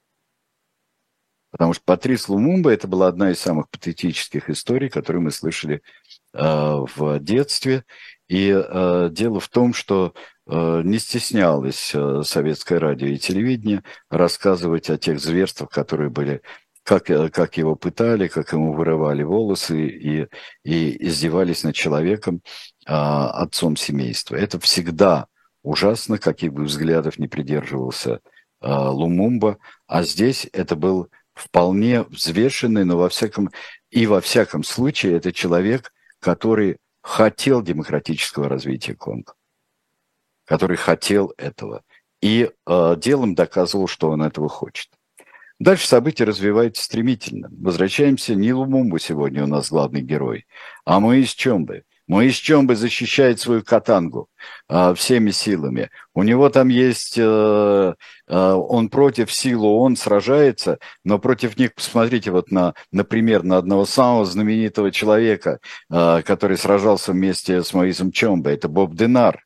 Потому что Патрис Лумумба – это была одна из самых патетических историй, которые мы слышали э, в детстве. И э, дело в том, что э, не стеснялось э, советское радио и телевидение рассказывать о тех зверствах, которые были, как, как его пытали, как ему вырывали волосы и, и издевались над человеком, э, отцом семейства. Это всегда ужасно, каких бы взглядов не придерживался э, Лумумба. А здесь это был вполне взвешенный, но во всяком, и во всяком случае это человек, который хотел демократического развития Конго, который хотел этого, и э, делом доказывал, что он этого хочет. Дальше события развиваются стремительно. Возвращаемся, не Лумумба сегодня у нас главный герой, а Моис Чомбо. Моис Чомбо защищает свою Катангу э, всеми силами. У него там есть, э, э, он против сил ООН сражается, но против них, посмотрите, вот на, например, на одного самого знаменитого человека, э, который сражался вместе с Моисом Чомбо, это Боб Денар,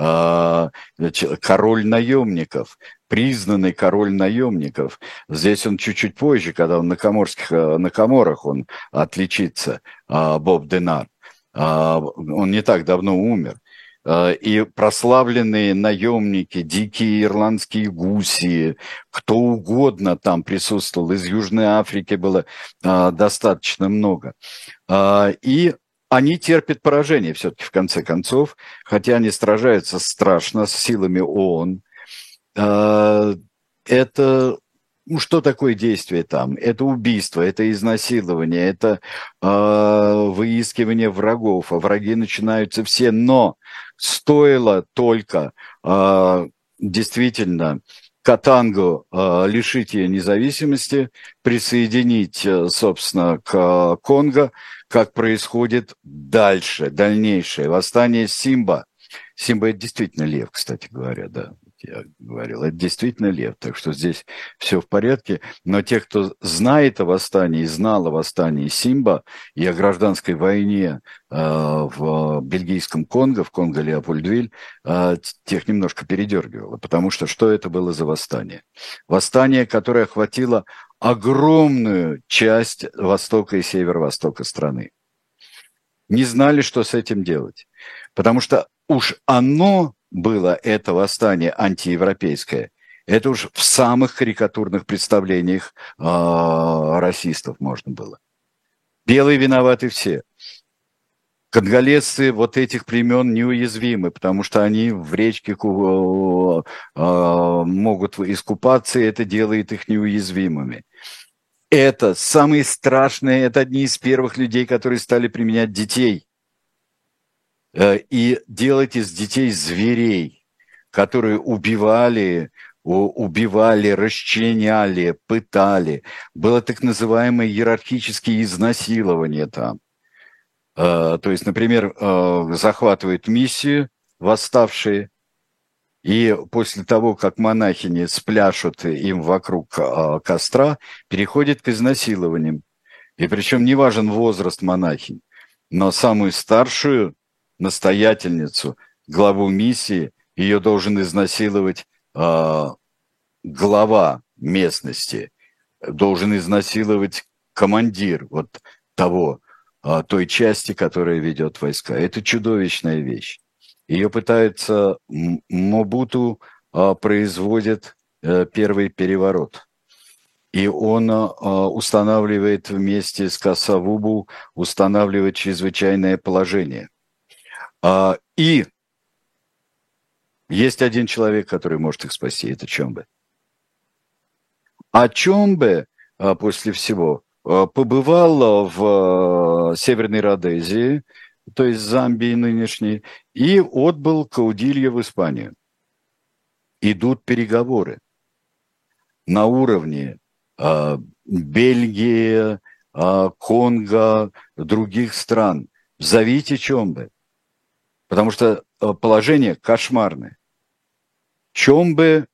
э, король наемников, признанный король наемников. Здесь он чуть-чуть позже, когда он на Коморских, на Коморах он отличится, э, Боб Денар. Он не так давно умер. И прославленные наемники, дикие ирландские гуси, кто угодно там присутствовал. Из Южной Африки было достаточно много. И они терпят поражение все-таки в конце концов, хотя они сражаются страшно с силами ООН. Это... Ну, что такое действие там? Это убийство, это изнасилование, это э, выискивание врагов, а враги начинаются все. Но стоило только э, действительно Катангу э, лишить ее независимости, присоединить, э, собственно, к э, Конго, как происходит дальше, дальнейшее восстание Симба. Симба – это действительно лев, кстати говоря, да. Я говорил, это действительно лев, так что здесь все в порядке. Но те, кто знает о восстании, знал о восстании Симба и о гражданской войне э, в бельгийском Конго, в Конго-Леопольдвиль, э, тех немножко передергивало, потому что что это было за восстание? Восстание, которое охватило огромную часть востока и северо-востока страны. Не знали, что с этим делать, потому что уж оно... было это восстание антиевропейское, это уж в самых карикатурных представлениях э, расистов можно было. Белые виноваты все. Конголезцы вот этих племен неуязвимы, потому что они в речке э, э, могут искупаться, и это делает их неуязвимыми. Это самые страшные, это одни из первых людей, которые стали применять детей. И делать из детей зверей, которые убивали, убивали, расчленяли, пытали. Было так называемое иерархические изнасилования там. То есть, например, захватывают миссию восставшие, и после того, как монахини спляшут им вокруг костра, переходят к изнасилованиям. И причем не важен возраст монахинь, но самую старшую настоятельницу, главу миссии, ее должен изнасиловать э, глава местности, должен изнасиловать командир вот того а, той части, которая ведет войска. Это чудовищная вещь. Ее пытаются, Мобуту а, производит а, первый переворот. И он а, устанавливает вместе с Касавубу, устанавливает чрезвычайное положение. А, и есть один человек, который может их спасти, это Чомбе. А Чомбе а, после всего а, побывал в а, Северной Родезии, то есть Замбии нынешней, и отбыл Каудильо в Испанию. Идут переговоры на уровне а, Бельгии, а, Конго, других стран. Зовите Чомбе, потому что положение кошмарное. Чомбе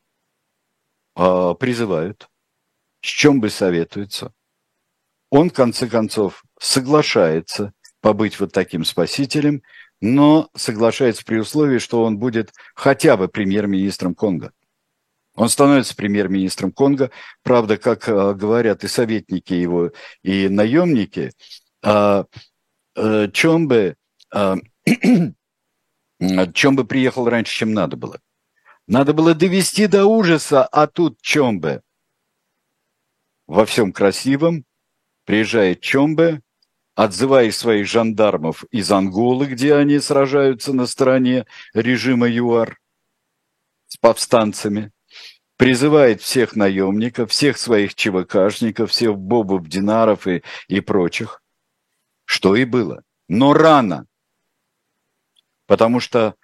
а, призывают, с Чомбе советуются. Он, в конце концов, соглашается побыть вот таким спасителем, но соглашается при условии, что он будет хотя бы премьер-министром Конго. Он становится премьер-министром Конго. Правда, как а, говорят и советники его, и наемники, а, а, Чомбе, а, Чомбе приехал раньше, чем надо было. Надо было довести до ужаса, а тут Чомбе во всем красивом. Приезжает Чомбе, отзывая своих жандармов из Анголы, где они сражаются на стороне режима ЮАР с повстанцами, призывает всех наемников, всех своих ЧВКшников, всех бобов, динаров и, и прочих, что и было. Но рано, потому что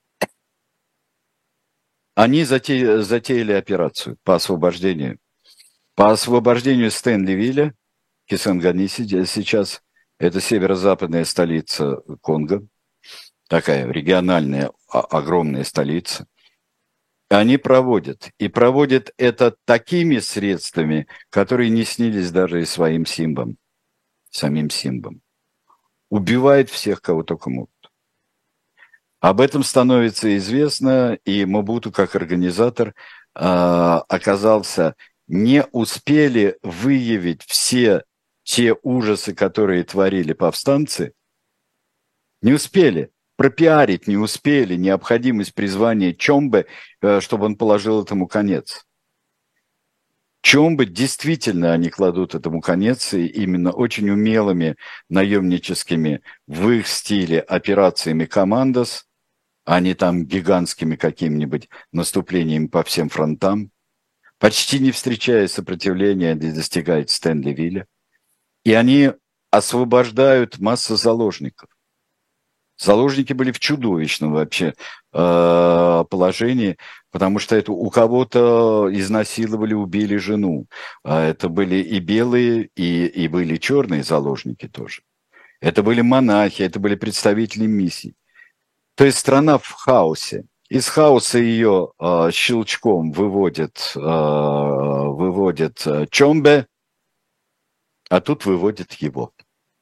они затеяли, затеяли операцию по освобождению. По освобождению Стенливиля, Кисангани сейчас, это северо-западная столица Конго, такая региональная, огромная столица. Они проводят. И проводят это такими средствами, которые не снились даже и своим Симбам, самим Симбам. Убивают всех, кого только могут. Об этом становится известно, и Мобуту, как организатор, э, оказался, не успели выявить все те ужасы, которые творили повстанцы, не успели пропиарить, не успели необходимость призвания Чомбе, э, чтобы он положил этому конец. Чомбе действительно они кладут этому конец, и именно очень умелыми наемническими в их стиле операциями «Командос», а не там гигантскими какими-нибудь наступлениями по всем фронтам, почти не встречая сопротивления, достигает Стенливиля. И они освобождают массу заложников. Заложники были в чудовищном вообще э, положении, потому что это у кого-то изнасиловали, убили жену. А это были и белые, и, и были черные заложники тоже. Это были монахи, это были представители миссий. То есть страна в хаосе. Из хаоса ее э, щелчком выводит, э, выводит э, Чомбе, а тут выводит его.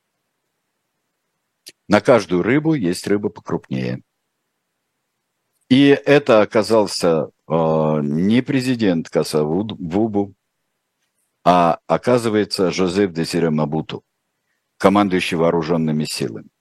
На каждую рыбу есть рыба покрупнее. И это оказался э, не президент Касавубу, а оказывается Жозеф Дезире Мобуту, командующий вооруженными силами.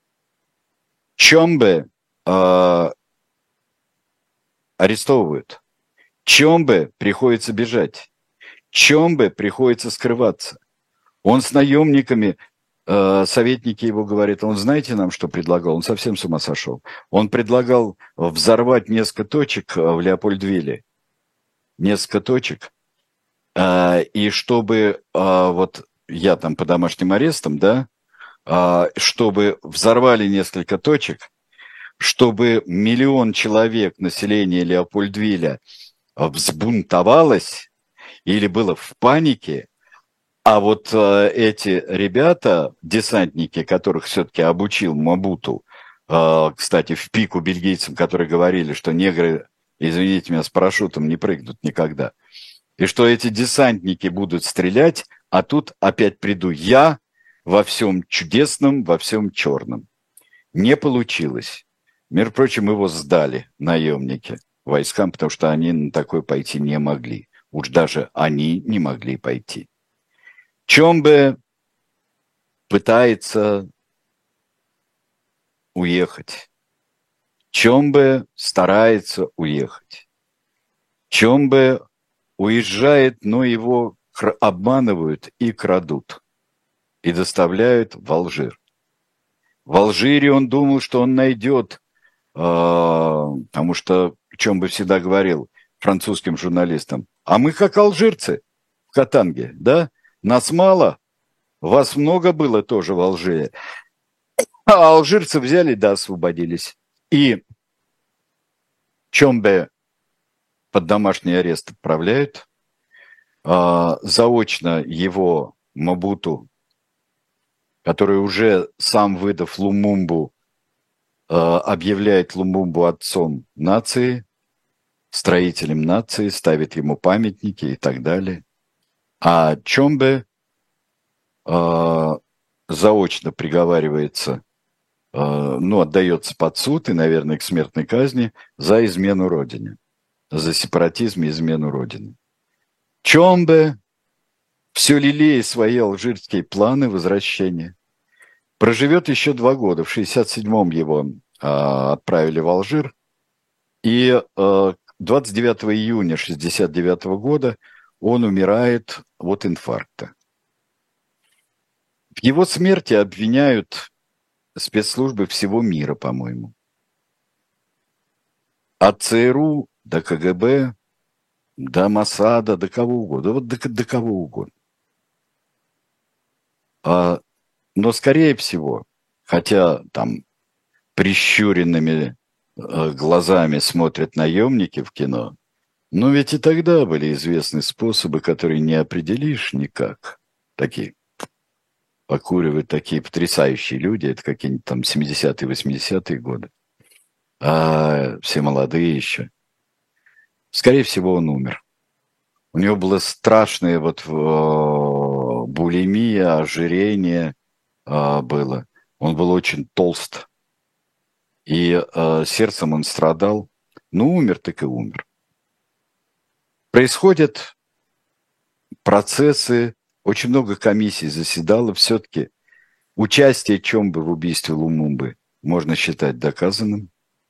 Чомбе э, арестовывают. Чомбе приходится бежать. Чомбе приходится скрываться. Он с наемниками, э, советники его говорят, он знаете нам, что предлагал? Он совсем с ума сошел. Он предлагал взорвать несколько точек в Леопольдвилле. Несколько точек. Э, и чтобы, э, вот я там по домашним арестам, да, э, чтобы взорвали несколько точек, чтобы миллион человек населения Леопольдвилля взбунтовалось или было в панике, а вот э, эти ребята, десантники, которых все-таки обучил Мобуту, э, кстати, в пику бельгийцам, которые говорили, что негры, извините меня, с парашютом не прыгнут никогда, и что эти десантники будут стрелять, а тут опять приду я во всем чудесном, во всем черном. Не получилось. Между прочим, его сдали наемники войскам, потому что они на такое пойти не могли. Уж даже они не могли пойти. Чомбе пытается уехать. Чомбе старается уехать. Чомбе уезжает, но его обманывают и крадут. И доставляют в Алжир. В Алжире он думал, что он найдет, э, потому что Чомбе всегда говорил французским журналистам, а мы как алжирцы в Катанге, да? Нас мало, вас много было тоже в Алжире. А алжирцы взяли, да, освободились. И Чомбе под домашний арест отправляют. А, заочно его Мобуту, который уже сам, выдав Лумумбу, а, объявляет Лумумбу отцом нации, строителем нации, ставит ему памятники и так далее. А Чомбе а, заочно приговаривается, ну, отдается под суд и, наверное, к смертной казни за измену Родине, за сепаратизм и измену Родине. Чомбе, все лелея свои алжирские планы возвращения, проживет еще два года. В шестьдесят седьмом его а, отправили в Алжир, и а, двадцать девятого июня шестьдесят девятого года он умирает от инфаркта. В его смерти обвиняют спецслужбы всего мира, по-моему. От ЦРУ до КГБ, до Моссада, до кого угодно. Вот до, до кого угодно. А, но, скорее всего, хотя там прищуренными э, глазами смотрят наемники в кино, но ведь и тогда были известны способы, которые не определишь никак. Такие покуривают такие потрясающие люди, это какие-нибудь там семидесятые, восьмидесятые годы, а все молодые еще. Скорее всего, он умер. У него было страшное вот булимия, ожирение было. Он был очень толст. И сердцем он страдал. Ну, умер, так и умер. Происходят процессы. Очень много комиссий заседало. Все-таки участие Чомбе в убийстве Лумумбы можно считать доказанным.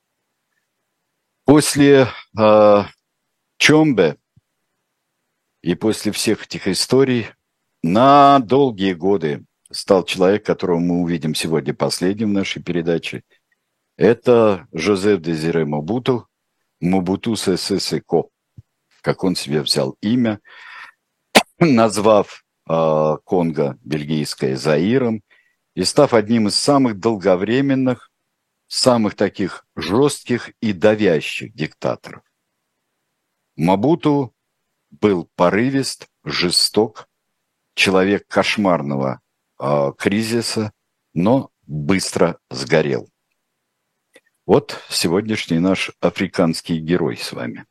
После э, Чомбе и после всех этих историй на долгие годы стал человек, которого мы увидим сегодня последним в нашей передаче. Это Жозеф Дезире Мобуту, Мобуту Сесе Секо, как он себе взял имя, назвав Конго бельгийское Заиром и став одним из самых долговременных, самых таких жестких и давящих диктаторов. Мобуту был порывист, жесток, человек кошмарного э, кризиса, но быстро сгорел. Вот сегодняшний наш африканский герой с вами.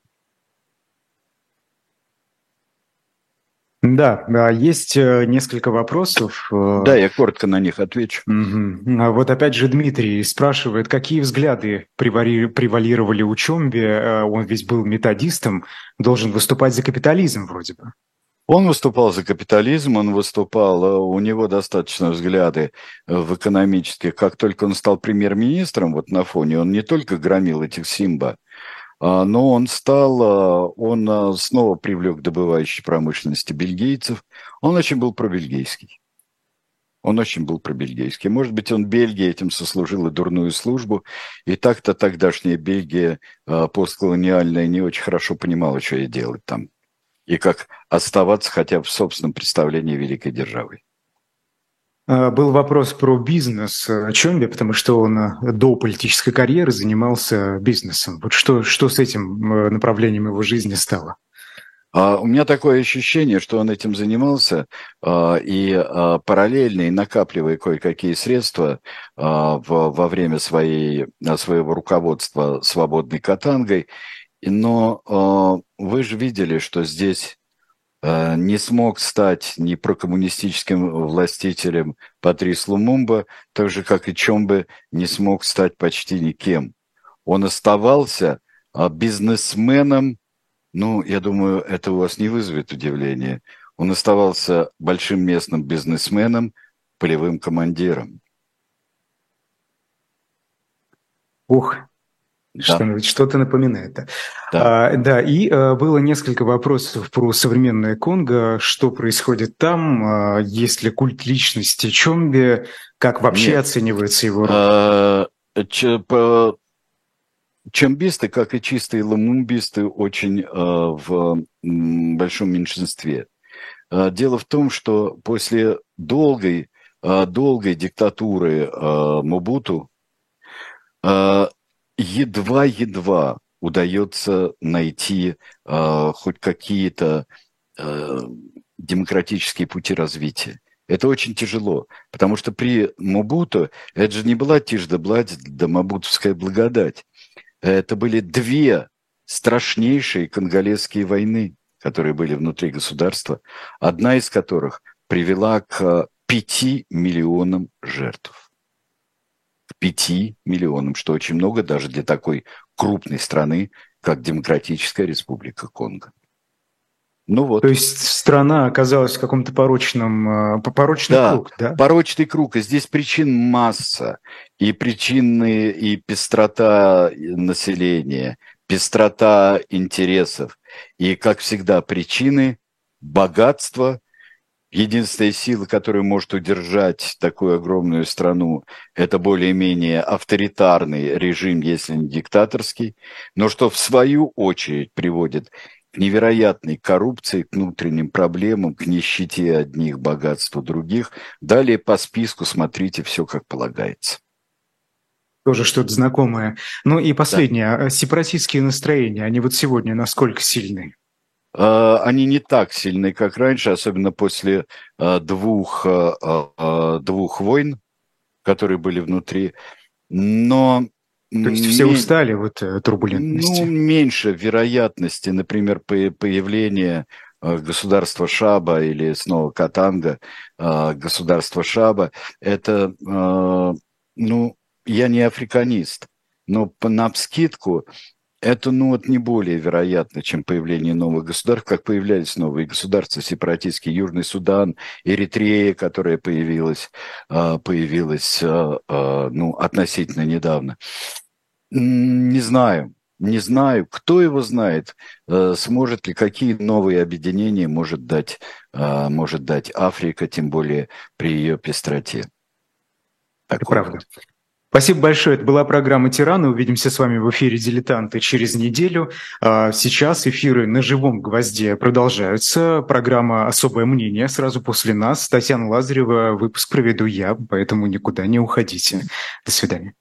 Да, есть несколько вопросов. Да, я коротко на них отвечу. Угу. Вот опять же Дмитрий спрашивает, какие взгляды превалировали у Чомбе? Он ведь был методистом, должен выступать за капитализм вроде бы. Он выступал за капитализм, он выступал, у него достаточно взгляды в экономических. Как только он стал премьер-министром, вот на фоне, он не только громил этих Симба, но он стал, он снова привлек к добывающей промышленности бельгийцев. Он очень был пробельгийский. Он очень был пробельгийский. Может быть, он Бельгии этим сослужил и дурную службу. И так-то тогдашняя Бельгия постколониальная не очень хорошо понимала, что ей делать там. И как оставаться хотя бы в собственном представлении великой державой. Был вопрос про бизнес Чомбе, потому что он до политической карьеры занимался бизнесом. Вот что, что с этим направлением его жизни стало? Uh, у меня такое ощущение, что он этим занимался uh, и uh, параллельно, и накапливая кое-какие средства uh, в, во время своей, своего руководства свободной Катангой. Но uh, вы же видели, что здесь uh, не смог стать ни прокоммунистическим властителем Патрис Лумумба, так же, как и Чомбе не смог стать почти никем. Он оставался uh, бизнесменом. Ну, я думаю, это у вас не вызовет удивления. Он оставался большим местным бизнесменом, полевым командиром. Ух, Да. что, что-то напоминает. Да, Да. а, да и а, было несколько вопросов про современное Конго, что происходит там, а, есть ли культ личности Чомби, как вообще Нет. оценивается его роль? А, че- по- Чомбисты, как и чистые лумумбисты, очень а, в м, большом меньшинстве. А, Дело в том, что после долгой, а, долгой диктатуры а, Мобуту а, едва-едва удается найти а, хоть какие-то а, демократические пути развития. Это очень тяжело, потому что при Мобуту это же не была тишь да гладь да мабутовская благодать. Это были две страшнейшие конголезские войны, которые были внутри государства, одна из которых привела к пяти миллионам жертв. К пяти миллионам, что очень много даже для такой крупной страны, как Демократическая Республика Конго. Ну вот. То есть страна оказалась в каком-то порочном, э, порочный Да, круг, да? порочный круг. И здесь причин масса. И причины, и пестрота населения, пестрота интересов. И, как всегда, причины богатства. Единственная сила, которая может удержать такую огромную страну, это более-менее авторитарный режим, если не диктаторский, но что в свою очередь приводит к невероятной коррупции, к внутренним проблемам, к нищете одних, богатству других. Далее по списку смотрите все, как полагается. Тоже что-то знакомое. Ну и последнее. Да. Сепаратистские настроения, они вот сегодня насколько сильны? Они не так сильны, как раньше, особенно после двух, двух войн, которые были внутри. Но То есть все мен... устали вот турбулентности? Ну, меньше вероятности, например, появления государства Шаба или снова Катанга, государства Шаба. Это, ну, я не африканист, но навскидку это, ну, вот не более вероятно, чем появление новых государств, как появлялись новые государства сепаратистские, Южный Судан, Эритрея, которая появилась, появилась, ну, относительно недавно. Не знаю, не знаю, кто его знает, сможет ли, какие новые объединения может дать, может дать Африка, тем более при ее пестроте. Это правда. Вот. Спасибо большое. Это была программа «Тираны». Увидимся с вами в эфире «Дилетанты» через неделю. Сейчас эфиры на живом гвозде продолжаются. Программа «Особое мнение» сразу после нас. Татьяна Лазарева, выпуск проведу я, поэтому никуда не уходите. До свидания.